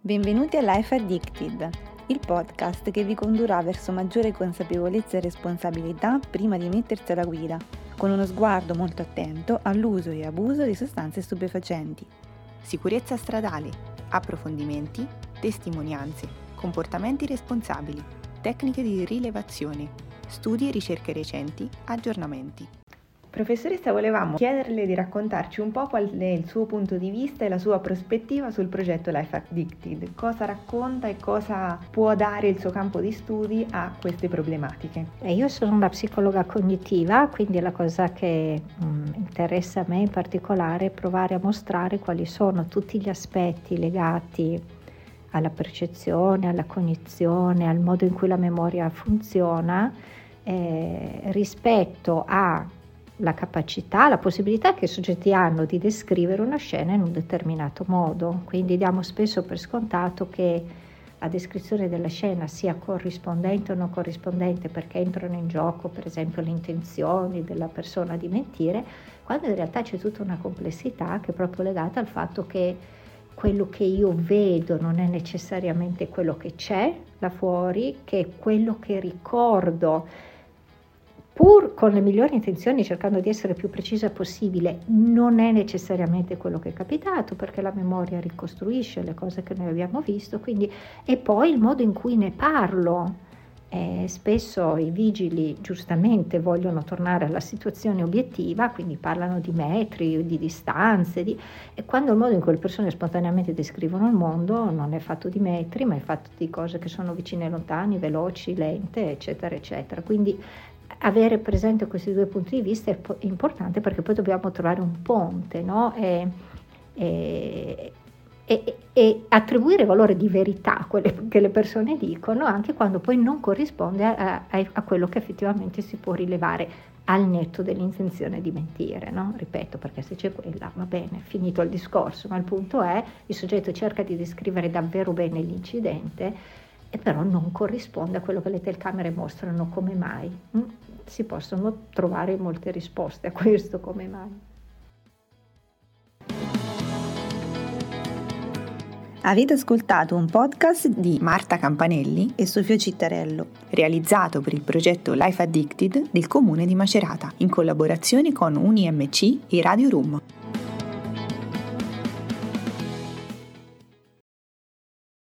Benvenuti a Life Addicted, il podcast che vi condurrà verso maggiore consapevolezza e responsabilità prima di mettersi alla guida, con uno sguardo molto attento all'uso e abuso di sostanze stupefacenti. Sicurezza stradale, approfondimenti, testimonianze, comportamenti responsabili, tecniche di rilevazione, studi e ricerche recenti, aggiornamenti. Professoressa, volevamo chiederle di raccontarci un po' qual è il suo punto di vista e la sua prospettiva sul progetto Life Addicted. Cosa racconta e cosa può dare il suo campo di studi a queste problematiche? Io sono una psicologa cognitiva, quindi la cosa che interessa a me in particolare è provare a mostrare quali sono tutti gli aspetti legati alla percezione, alla cognizione, al modo in cui la memoria funziona rispetto a la capacità, la possibilità che i soggetti hanno di descrivere una scena in un determinato modo. Quindi diamo spesso per scontato che la descrizione della scena sia corrispondente o non corrispondente perché entrano in gioco per esempio le intenzioni della persona di mentire, quando in realtà c'è tutta una complessità che è proprio legata al fatto che quello che io vedo non è necessariamente quello che c'è là fuori, che è quello che ricordo pur con le migliori intenzioni, cercando di essere più precisa possibile, non è necessariamente quello che è capitato, perché la memoria ricostruisce le cose che noi abbiamo visto, quindi, e poi il modo in cui ne parlo. Spesso i vigili giustamente vogliono tornare alla situazione obiettiva, quindi parlano di metri, di distanze, e quando il modo in cui le persone spontaneamente descrivono il mondo non è fatto di metri, ma è fatto di cose che sono vicine e lontane, veloci, lente, eccetera, eccetera. Quindi avere presente questi due punti di vista è importante, perché poi dobbiamo trovare un ponte, no? E attribuire valore di verità a quelle che le persone dicono, anche quando poi non corrisponde a quello che effettivamente si può rilevare al netto dell'intenzione di mentire, no? Ripeto, perché se c'è quella, va bene, finito il discorso, ma il punto è il soggetto cerca di descrivere davvero bene l'incidente e però non corrisponde a quello che le telecamere mostrano. Come mai? Si possono trovare molte risposte a questo come mai. Avete ascoltato un podcast di Marta Campanelli e Sofia Cittarello, realizzato per il progetto Life Addicted del Comune di Macerata, in collaborazione con UniMC e Radio Room.